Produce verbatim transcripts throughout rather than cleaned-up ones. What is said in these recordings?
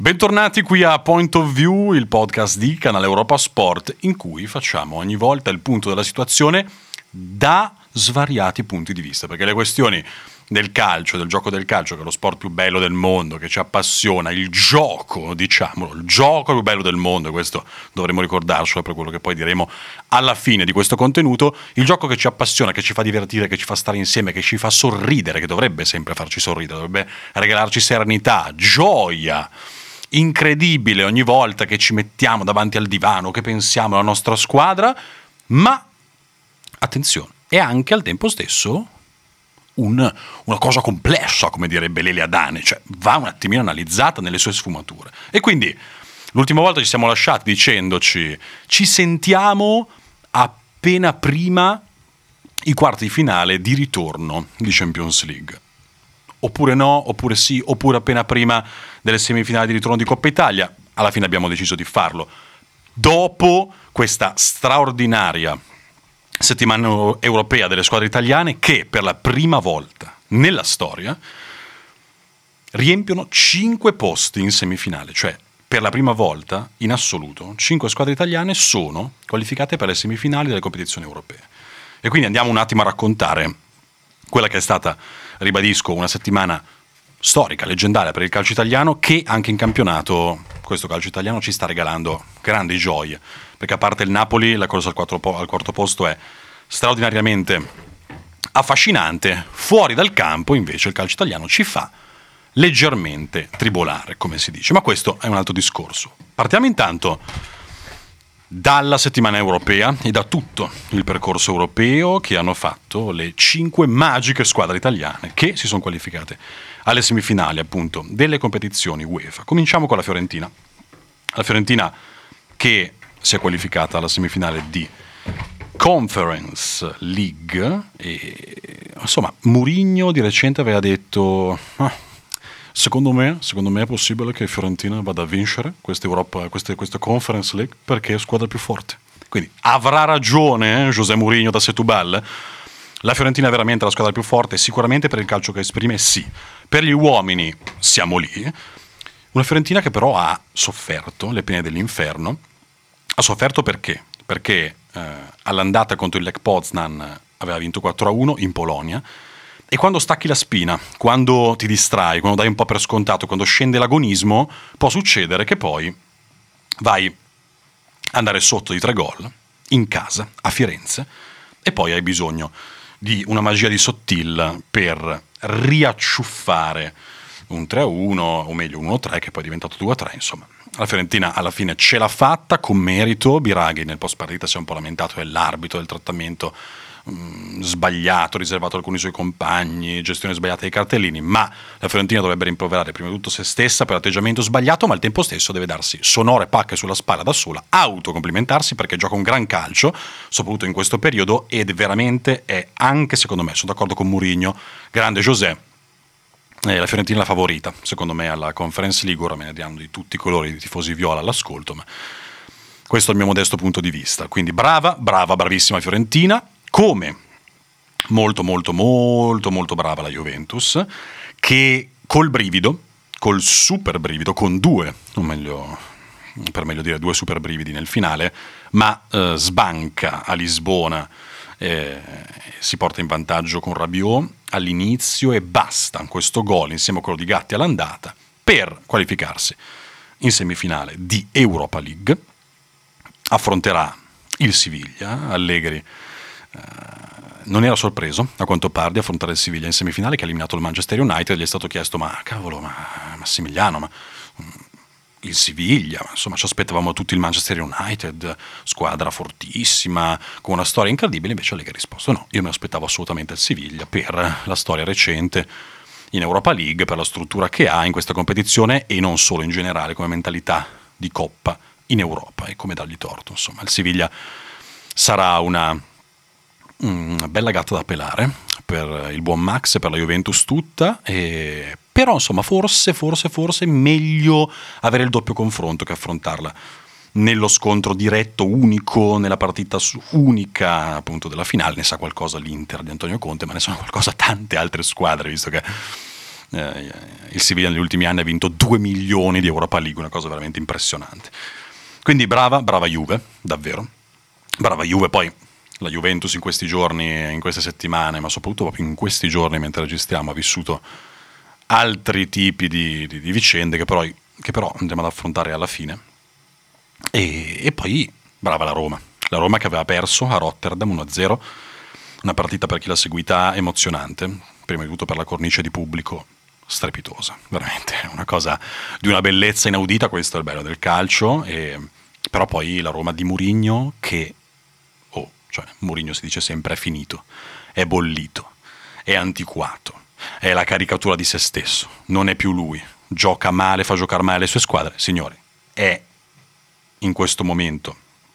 Bentornati qui a Point of View, il podcast di Canale Europa Sport, in cui facciamo ogni volta il punto della situazione da svariati punti di vista, perché le questioni del calcio, del gioco del calcio, che è lo sport più bello del mondo, che ci appassiona, il gioco, diciamolo, il gioco più bello del mondo, e questo dovremmo ricordarcelo per quello che poi diremo alla fine di questo contenuto, il gioco che ci appassiona, che ci fa divertire, che ci fa stare insieme, che ci fa sorridere, che dovrebbe sempre farci sorridere, dovrebbe regalarci serenità, gioia incredibile ogni volta che ci mettiamo davanti al divano, che pensiamo alla nostra squadra, ma attenzione, è anche al tempo stesso un, una cosa complessa, come direbbe Lelia Dane, cioè va un attimino analizzata nelle sue sfumature. E quindi l'ultima volta ci siamo lasciati dicendoci ci sentiamo appena prima i quarti di finale di ritorno di Champions League. Oppure no, oppure sì, oppure appena prima delle semifinali di ritorno di Coppa Italia. Alla fine abbiamo deciso di farlo dopo questa straordinaria settimana europea delle squadre italiane che per la prima volta nella storia riempiono cinque posti in semifinale, cioè per la prima volta in assoluto cinque squadre italiane sono qualificate per le semifinali delle competizioni europee. E quindi andiamo un attimo a raccontare quella che è stata, ribadisco, una settimana storica, leggendaria per il calcio italiano, che anche in campionato questo calcio italiano ci sta regalando grandi gioie, perché a parte il Napoli la corsa al, quattro po- al quarto posto è straordinariamente affascinante, fuori dal campo invece il calcio italiano ci fa leggermente tribolare, come si dice, ma questo è un altro discorso. Partiamo intanto dalla settimana europea e da tutto il percorso europeo che hanno fatto le cinque magiche squadre italiane che si sono qualificate alle semifinali appunto delle competizioni UEFA. Cominciamo con la Fiorentina. La Fiorentina che si è qualificata alla semifinale di Conference League e insomma Mourinho di recente aveva detto ah, Secondo me, secondo me è possibile che Fiorentina vada a vincere questa Europa, queste, questa Conference League perché è squadra più forte. Quindi avrà ragione eh, José Mourinho da Setúbal. La Fiorentina è veramente la squadra più forte, sicuramente per il calcio che esprime sì. Per gli uomini siamo lì. Una Fiorentina che però ha sofferto le pene dell'inferno. Ha sofferto perché? Perché eh, all'andata contro il Lech Poznan aveva vinto quattro a uno in Polonia. E quando stacchi la spina, quando ti distrai, quando dai un po' per scontato, quando scende l'agonismo, può succedere che poi vai andare sotto di tre gol in casa, a Firenze, e poi hai bisogno di una magia di Sottil per riacciuffare un tre a uno, o meglio un uno a tre, che poi è diventato due a tre, insomma. La Fiorentina alla fine ce l'ha fatta, con merito. Biraghi nel post partita si è un po' lamentato dell'arbitro, del trattamento sbagliato, riservato a alcuni suoi compagni, gestione sbagliata dei cartellini, ma la Fiorentina dovrebbe rimproverare prima di tutto se stessa per l'atteggiamento sbagliato, ma al tempo stesso deve darsi sonore pacche sulla spalla da sola, autocomplimentarsi perché gioca un gran calcio, soprattutto in questo periodo, ed veramente è anche, secondo me, sono d'accordo con Mourinho, grande José, eh, la Fiorentina è la favorita, secondo me, alla Conference League. Ora me ne diamo di tutti i colori di tifosi viola all'ascolto, ma questo è il mio modesto punto di vista. Quindi brava, brava, bravissima Fiorentina. Come molto molto molto molto brava la Juventus, che col brivido, col super brivido, con due, o meglio, per meglio dire due super brividi nel finale, ma eh, sbanca a Lisbona, eh, si porta in vantaggio con Rabiot all'inizio e basta questo gol insieme a quello di Gatti all'andata per qualificarsi in semifinale di Europa League. Affronterà il Siviglia. Allegri Uh, non era sorpreso, a quanto pare, di affrontare il Siviglia in semifinale, che ha eliminato il Manchester United. Gli è stato chiesto: ma cavolo, ma Massimiliano, ma il Siviglia, insomma ci aspettavamo tutti il Manchester United, squadra fortissima, con una storia incredibile. Invece Allegri ha risposto: no, io mi aspettavo assolutamente il Siviglia per la storia recente in Europa League, per la struttura che ha in questa competizione e non solo in generale come mentalità di coppa in Europa, e come dargli torto. Insomma, il Siviglia sarà una una bella gatta da pelare per il buon Max e per la Juventus tutta, e però insomma forse, forse, forse meglio avere il doppio confronto che affrontarla nello scontro diretto, unico, nella partita unica appunto della finale. Ne sa qualcosa l'Inter di Antonio Conte, ma ne sanno qualcosa tante altre squadre, visto che Eh, il Siviglia negli ultimi anni ha vinto due milioni di Europa League, una cosa veramente impressionante. Quindi brava, brava Juve, davvero. Brava Juve, poi la Juventus in questi giorni, in queste settimane, ma soprattutto proprio in questi giorni mentre registriamo, ha vissuto altri tipi di, di, di vicende che però, che però andremo ad affrontare alla fine. E, e poi brava la Roma. La Roma che aveva perso a Rotterdam uno a zero, una partita per chi l'ha seguita emozionante, prima di tutto per la cornice di pubblico strepitosa, veramente una cosa di una bellezza inaudita, questo è il bello del calcio, e, però poi la Roma di Mourinho che, oh, cioè Mourinho si dice sempre è finito, è bollito, è antiquato, è la caricatura di se stesso, non è più lui, gioca male, fa giocare male le sue squadre, signori, è in questo momento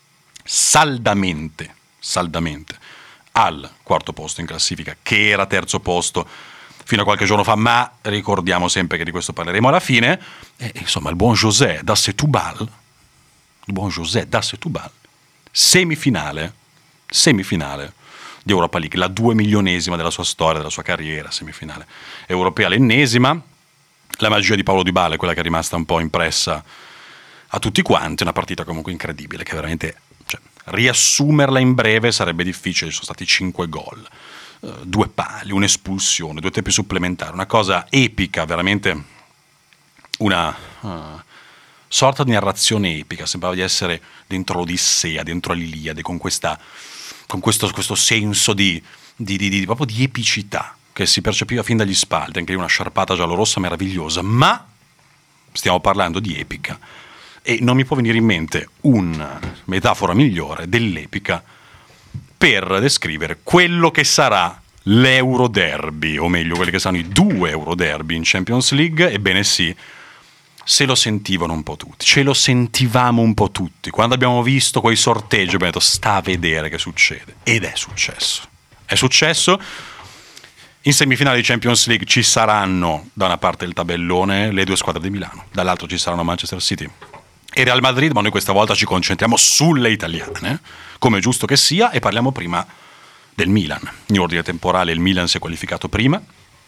saldamente, saldamente al quarto posto in classifica, che era terzo posto fino a qualche giorno fa, ma ricordiamo sempre che di questo parleremo alla fine. E, insomma, il buon José da Setúbal, il buon José da Setúbal, semifinale, semifinale di Europa League, la due milionesima della sua storia, della sua carriera, semifinale europea, l'ennesima. La magia di Paulo Dybala è quella che è rimasta un po' impressa a tutti quanti, una partita comunque incredibile, che veramente, cioè, riassumerla in breve sarebbe difficile. Ci sono stati cinque gol, uh, due pali, un'espulsione, due tempi supplementari, una cosa epica, veramente una uh, sorta di narrazione epica, sembrava di essere dentro l'Odissea, dentro l'Iliade, con, questa, con questo, questo senso di, di, di, di, proprio di epicità che si percepiva fin dagli spalti, anche lì una sciarpata giallorossa meravigliosa, ma stiamo parlando di epica. E non mi può venire in mente una metafora migliore dell'epica per descrivere quello che sarà l'Euroderby, o meglio, quelli che saranno i due Euroderby in Champions League. Ebbene sì, se lo sentivano un po' tutti, ce lo sentivamo un po' tutti. Quando abbiamo visto quei sorteggi abbiamo detto sta a vedere che succede. Ed è successo. È successo. In semifinale di Champions League ci saranno, da una parte del tabellone, le due squadre di Milano, dall'altro ci saranno Manchester City e Real Madrid, ma noi questa volta ci concentriamo sulle italiane, come è giusto che sia, e parliamo prima del Milan. In ordine temporale il Milan si è qualificato prima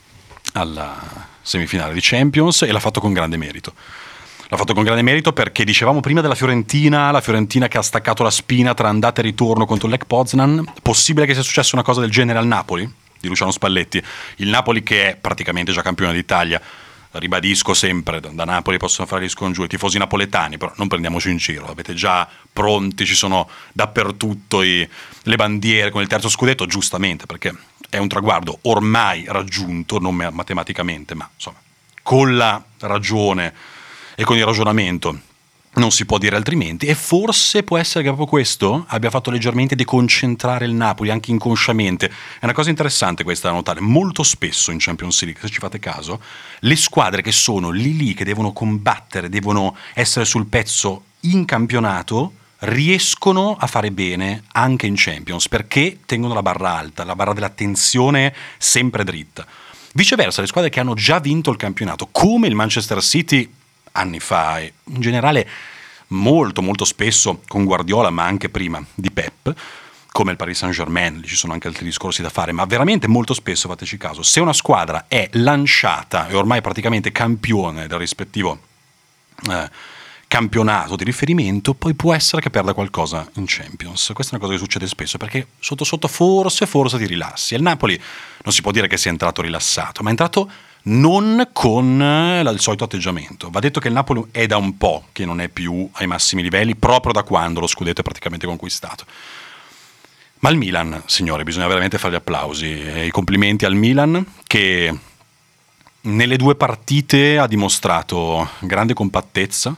alla semifinale di Champions e l'ha fatto con grande merito. L'ha fatto con grande merito perché dicevamo prima della Fiorentina, la Fiorentina che ha staccato la spina tra andata e ritorno contro l'Lech Poznan. Possibile che sia successa una cosa del genere al Napoli di Luciano Spalletti? Il Napoli che è praticamente già campione d'Italia. Ribadisco sempre, da Napoli possono fare gli scongiuri, i tifosi napoletani, però non prendiamoci in giro, avete già pronti, ci sono dappertutto i, le bandiere con il terzo scudetto, giustamente, perché è un traguardo ormai raggiunto, non matematicamente, ma insomma, con la ragione e con il ragionamento non si può dire altrimenti, e forse può essere che proprio questo abbia fatto leggermente deconcentrare il Napoli, anche inconsciamente. È una cosa interessante questa da notare. Molto spesso in Champions League, se ci fate caso, le squadre che sono lì lì, che devono combattere, devono essere sul pezzo in campionato, riescono a fare bene anche in Champions, perché tengono la barra alta, la barra dell'attenzione sempre dritta. Viceversa, le squadre che hanno già vinto il campionato, come il Manchester City anni fa, e in generale molto molto spesso con Guardiola, ma anche prima di Pep, come il Paris Saint-Germain, lì ci sono anche altri discorsi da fare, ma veramente molto spesso, fateci caso, se una squadra è lanciata e ormai praticamente campione del rispettivo eh, campionato di riferimento, poi può essere che perda qualcosa in Champions. Questa è una cosa che succede spesso, perché sotto sotto forse forse ti rilassi. E il Napoli non si può dire che sia entrato rilassato, ma è entrato non con il solito atteggiamento. Va detto che il Napoli è da un po' che non è più ai massimi livelli, proprio da quando lo scudetto è praticamente conquistato. Ma il Milan, signore, bisogna veramente fare gli applausi e i complimenti al Milan, che nelle due partite ha dimostrato grande compattezza,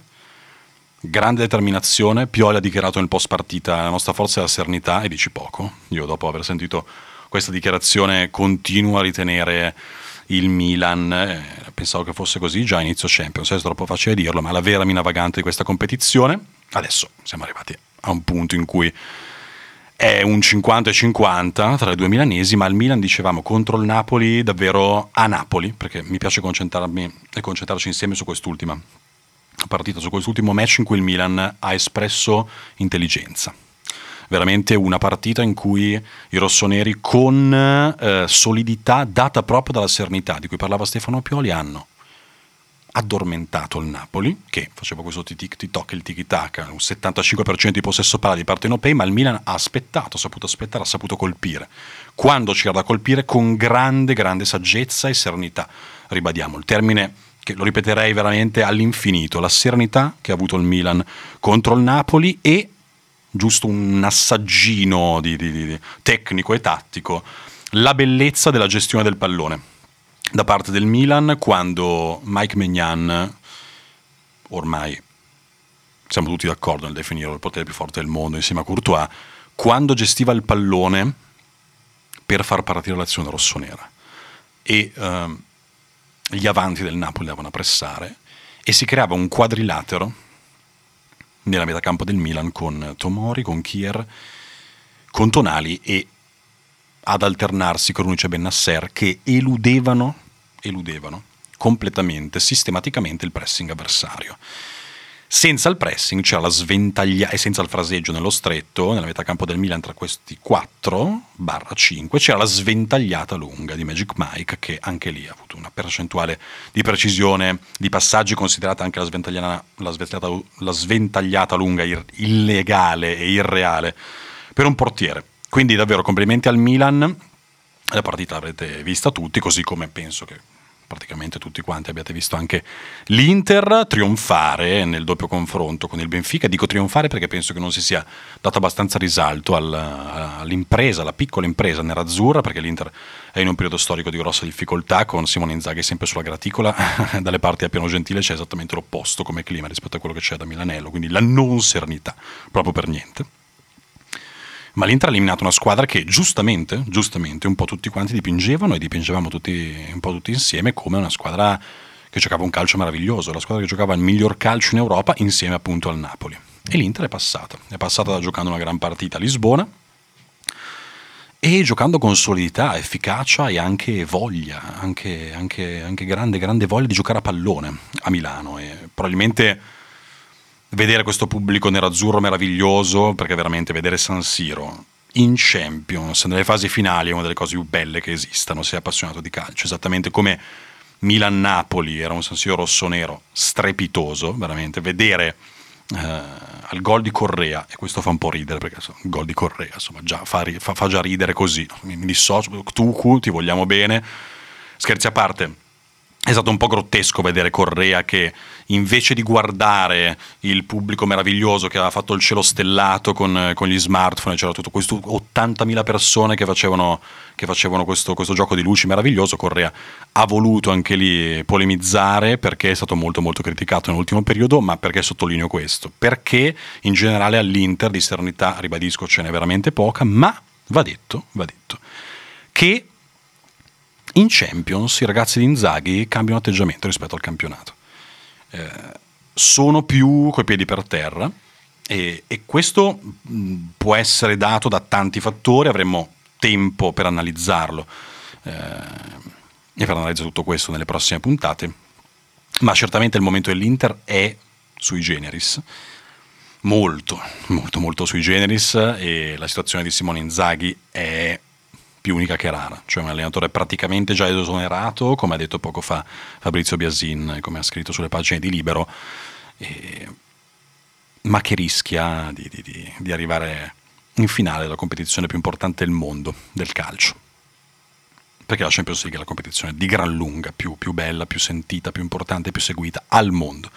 grande determinazione. Pioli ha dichiarato nel post partita: la nostra forza è la serenità, e dici poco. Io, dopo aver sentito questa dichiarazione, continuo a ritenere il Milan, eh, pensavo che fosse così già a inizio Champions, è troppo facile dirlo, ma la vera mina vagante di questa competizione. Adesso siamo arrivati a un punto in cui è un cinquanta e cinquanta tra le due milanesi, ma il Milan, dicevamo, contro il Napoli davvero a Napoli, perché mi piace concentrarmi e concentrarci insieme su quest'ultima partita, su quest'ultimo match in cui il Milan ha espresso intelligenza. veramente una partita in cui i rossoneri con eh, solidità data proprio dalla serenità di cui parlava Stefano Pioli hanno addormentato il Napoli, che faceva questo tic-tic-toc, il tiki-taka, un settantacinque per cento di possesso palla di partenopei, ma il Milan ha aspettato, ha saputo aspettare, ha saputo colpire. Quando c'era da colpire, con grande, grande saggezza e serenità. Ribadiamo, il termine che lo ripeterei veramente all'infinito, la serenità che ha avuto il Milan contro il Napoli e giusto un assaggino di, di, di tecnico e tattico, la bellezza della gestione del pallone da parte del Milan, quando Mike Maignan, ormai siamo tutti d'accordo nel definirlo il portiere più forte del mondo insieme a Courtois, quando gestiva il pallone per far partire l'azione rossonera e uh, gli avanti del Napoli andavano a pressare e si creava un quadrilatero nella metacampo del Milan con Tomori, con Kier, con Tonali e ad alternarsi Krunic e Bennacer, che eludevano, eludevano completamente, sistematicamente il pressing avversario. Senza il pressing c'era la sventaglia e senza il fraseggio nello stretto, nella metà campo del Milan tra questi quattro barra cinque, c'era la sventagliata lunga di Magic Mike, che anche lì ha avuto una percentuale di precisione di passaggi considerata anche la sventagliata, la sventagliata, la sventagliata lunga ir- illegale e irreale per un portiere. Quindi davvero complimenti al Milan, la partita l'avrete vista tutti, così come penso che praticamente tutti quanti abbiate visto anche l'Inter trionfare nel doppio confronto con il Benfica. Dico trionfare perché penso che non si sia dato abbastanza risalto al, all'impresa, alla piccola impresa nerazzurra, perché l'Inter è in un periodo storico di grossa difficoltà, con Simone Inzaghi sempre sulla graticola. Dalle parti a Piano Gentile c'è esattamente l'opposto come clima rispetto a quello che c'è da Milanello, quindi la non serenità, proprio per niente. Ma l'Inter ha eliminato una squadra che giustamente, giustamente un po' tutti quanti dipingevano e dipingevamo tutti un po' tutti insieme come una squadra che giocava un calcio meraviglioso, la squadra che giocava il miglior calcio in Europa insieme appunto al Napoli. E l'Inter è passata, è passata da giocando una gran partita a Lisbona e giocando con solidità, efficacia e anche voglia, anche, anche, anche grande, grande voglia di giocare a pallone a Milano, e probabilmente vedere questo pubblico nerazzurro meraviglioso, perché veramente vedere San Siro in Champions nelle fasi finali è una delle cose più belle che esistano se è appassionato di calcio, esattamente come Milan-Napoli era un San Siro rosso-nero strepitoso, veramente vedere eh, al gol di Correa, e questo fa un po' ridere perché insomma, il gol di Correa insomma già fa, fa, fa già ridere così, mi, mi dissocio, Tucu, ti vogliamo bene, scherzi a parte. È stato un po' grottesco vedere Correa che invece di guardare il pubblico meraviglioso che aveva fatto il cielo stellato con, con gli smartphone, c'era tutto questo ottantamila persone che facevano, che facevano questo, questo gioco di luci meraviglioso. Correa ha voluto anche lì polemizzare perché è stato molto molto criticato nell'ultimo periodo, ma perché sottolineo questo? Perché in generale all'Inter di serenità, ribadisco, ce n'è veramente poca, ma va detto, va detto che in Champions i ragazzi di Inzaghi cambiano atteggiamento rispetto al campionato, eh, sono più coi piedi per terra e, e questo mh, può essere dato da tanti fattori, avremmo tempo per analizzarlo eh, e per analizzare tutto questo nelle prossime puntate, ma certamente il momento dell'Inter è sui generis, molto molto molto sui generis, e la situazione di Simone Inzaghi è più unica che rara, cioè un allenatore praticamente già esonerato, come ha detto poco fa Fabrizio Biasin, come ha scritto sulle pagine di Libero, e, ma che rischia di, di, di, di arrivare in finale della competizione più importante del mondo del calcio, perché la Champions League è la competizione di gran lunga più, più bella, più sentita, più importante, più seguita al mondo.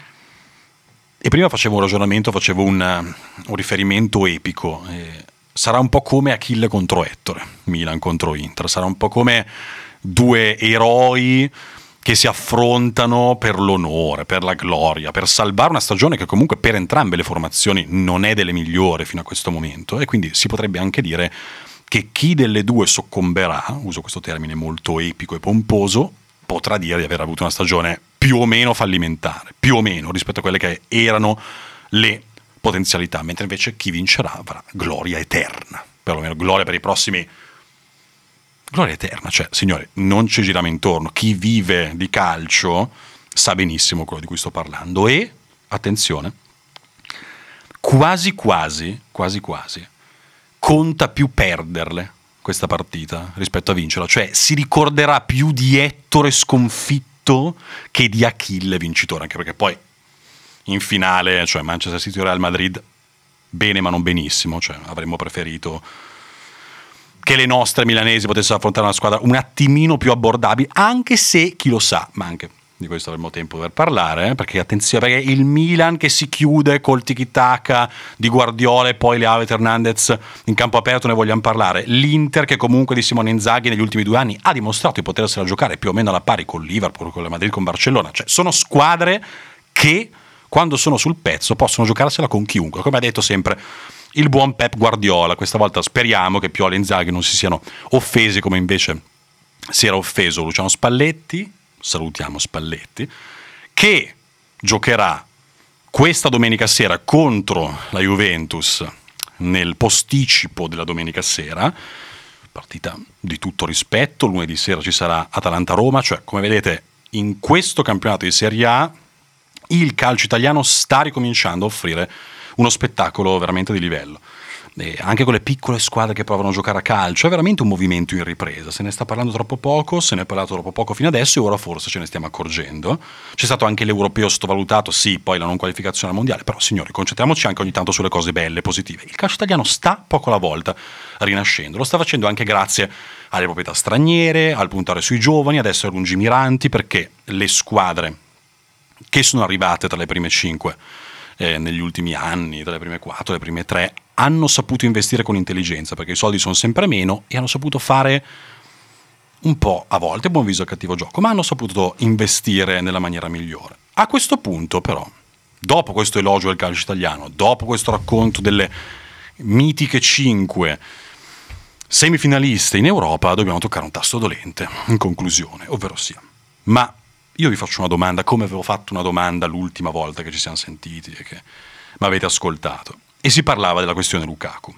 E prima facevo un ragionamento, facevo un, un riferimento epico, eh, sarà un po' come Achille contro Ettore, Milan contro Inter, sarà un po' come due eroi che si affrontano per l'onore, per la gloria, per salvare una stagione che comunque per entrambe le formazioni non è delle migliori fino a questo momento, e quindi si potrebbe anche dire che chi delle due soccomberà, uso questo termine molto epico e pomposo, potrà dire di aver avuto una stagione più o meno fallimentare, più o meno rispetto a quelle che erano le potenzialità, mentre invece chi vincerà avrà gloria eterna, perlomeno gloria per i prossimi, gloria eterna, cioè signori, non ci giriamo intorno, chi vive di calcio sa benissimo quello di cui sto parlando, e attenzione, quasi quasi, quasi quasi conta più perderle questa partita rispetto a vincerla, cioè si ricorderà più di Ettore sconfitto che di Achille vincitore, anche perché poi in finale, cioè Manchester City o Real Madrid, bene ma non benissimo, cioè avremmo preferito che le nostre milanesi potessero affrontare una squadra un attimino più abbordabile, anche se, chi lo sa, ma anche di questo avremo tempo per parlare, eh? perché attenzione, perché il Milan che si chiude col tiki-taka di Guardiola e poi le Leao Hernandez in campo aperto, ne vogliamo parlare. L'Inter che comunque di Simone Inzaghi negli ultimi due anni ha dimostrato di potersela giocare più o meno alla pari con Liverpool, con la Madrid, con Barcellona, cioè sono squadre che quando sono sul pezzo possono giocarsela con chiunque, come ha detto sempre il buon Pep Guardiola. Questa volta speriamo che Pioli e Inzaghi non si siano offesi come invece si era offeso Luciano Spalletti. Salutiamo Spalletti, che giocherà questa domenica sera contro la Juventus nel posticipo della domenica sera, partita di tutto rispetto. Lunedì sera ci sarà Atalanta-Roma, cioè come vedete in questo campionato di Serie A il calcio italiano sta ricominciando a offrire uno spettacolo veramente di livello. E anche con le piccole squadre che provano a giocare a calcio è veramente un movimento in ripresa. Se ne sta parlando troppo poco, se ne è parlato troppo poco fino adesso e ora forse ce ne stiamo accorgendo. C'è stato anche l'europeo sottovalutato, sì, poi la non qualificazione al mondiale, però signori, concentriamoci anche ogni tanto sulle cose belle, positive. Il calcio italiano sta poco alla volta rinascendo, lo sta facendo anche grazie alle proprietà straniere, al puntare sui giovani, ad essere lungimiranti, perché le squadre che sono arrivate tra le prime cinque eh, negli ultimi anni, tra le prime quattro, le prime tre, hanno saputo investire con intelligenza, perché i soldi sono sempre meno, e hanno saputo fare un po', a volte, buon viso al cattivo gioco, ma hanno saputo investire nella maniera migliore. A questo punto, però, dopo questo elogio del calcio italiano, dopo questo racconto delle mitiche cinque semifinaliste in Europa, dobbiamo toccare un tasto dolente, in conclusione, ovvero sia, ma io vi faccio una domanda, come avevo fatto una domanda l'ultima volta che ci siamo sentiti e che mi avete ascoltato. E si parlava della questione Lukaku.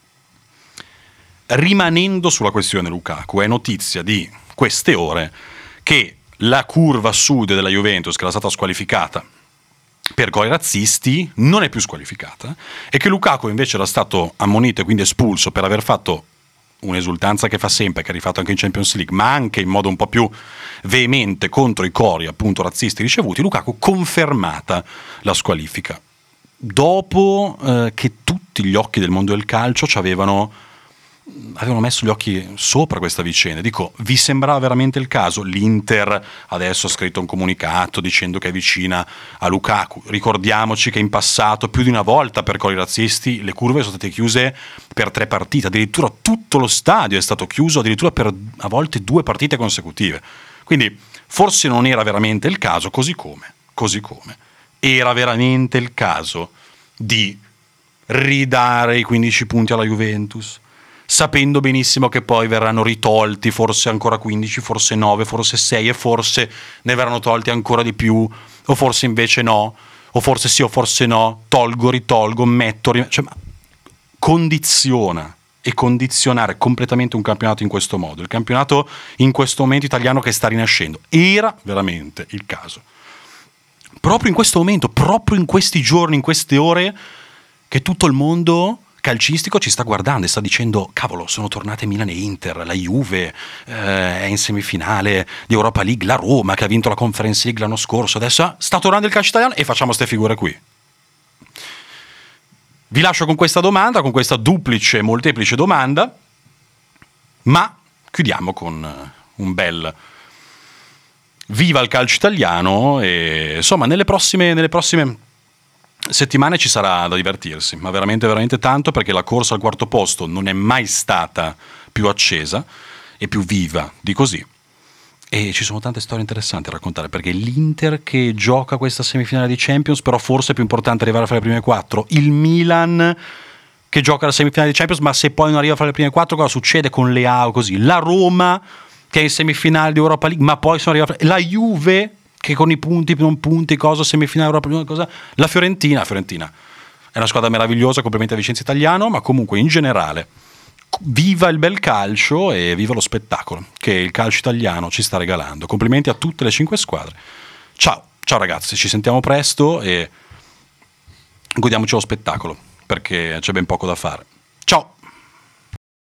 Rimanendo sulla questione Lukaku, è notizia di queste ore che la curva sud della Juventus, che era stata squalificata per gol razzisti, non è più squalificata, e che Lukaku invece era stato ammonito e quindi espulso per aver fatto un'esultanza che fa sempre, che ha rifatto anche in Champions League, ma anche in modo un po' più veemente contro i cori appunto razzisti ricevuti. Lukaku confermata la squalifica, dopo eh, che tutti gli occhi del mondo del calcio ci avevano, avevano messo gli occhi sopra questa vicenda. Dico, vi sembrava veramente il caso? L'Inter adesso ha scritto un comunicato dicendo che è vicina a Lukaku. Ricordiamoci che in passato più di una volta per cori razzisti le curve sono state chiuse per tre partite, addirittura tutto lo stadio è stato chiuso addirittura per a volte due partite consecutive. Quindi forse non era veramente il caso, così come, così come era veramente il caso di ridare i quindici punti alla Juventus, sapendo benissimo che poi verranno ritolti forse ancora quindici, forse nove, forse sei, e forse ne verranno tolti ancora di più, o forse invece no, o forse sì o forse no, tolgo, ritolgo, metto, rim- cioè, ma condiziona e condizionare completamente un campionato in questo modo, il campionato in questo momento italiano che sta rinascendo. Era veramente il caso, proprio in questo momento, proprio in questi giorni, in queste ore, che tutto il mondo calcistico ci sta guardando e sta dicendo: cavolo, sono tornate Milan e Inter, la Juve eh, è in semifinale di Europa League, la Roma che ha vinto la Conference League l'anno scorso, adesso sta tornando il calcio italiano e facciamo ste figure qui. Vi lascio con questa domanda, con questa duplice, molteplice domanda, ma chiudiamo con un bel viva il calcio italiano. E insomma nelle prossime, nelle prossime settimane ci sarà da divertirsi, ma veramente veramente tanto, perché la corsa al quarto posto non è mai stata più accesa e più viva di così, e ci sono tante storie interessanti da raccontare, perché l'Inter che gioca questa semifinale di Champions, però forse è più importante arrivare a fare le prime quattro, il Milan che gioca la semifinale di Champions, ma se poi non arriva a fare le prime quattro cosa succede con Leao, così, la Roma che è in semifinale di Europa League ma poi se non arriva a fare, la Juve che con i punti, non punti, cosa, semifinale Europa, cosa, la Fiorentina, la Fiorentina è una squadra meravigliosa, complimenti a Vicenza Italiano, ma comunque in generale viva il bel calcio e viva lo spettacolo che il calcio italiano ci sta regalando. Complimenti a tutte le cinque squadre. Ciao, ciao ragazzi, ci sentiamo presto e godiamoci lo spettacolo, perché c'è ben poco da fare. Ciao!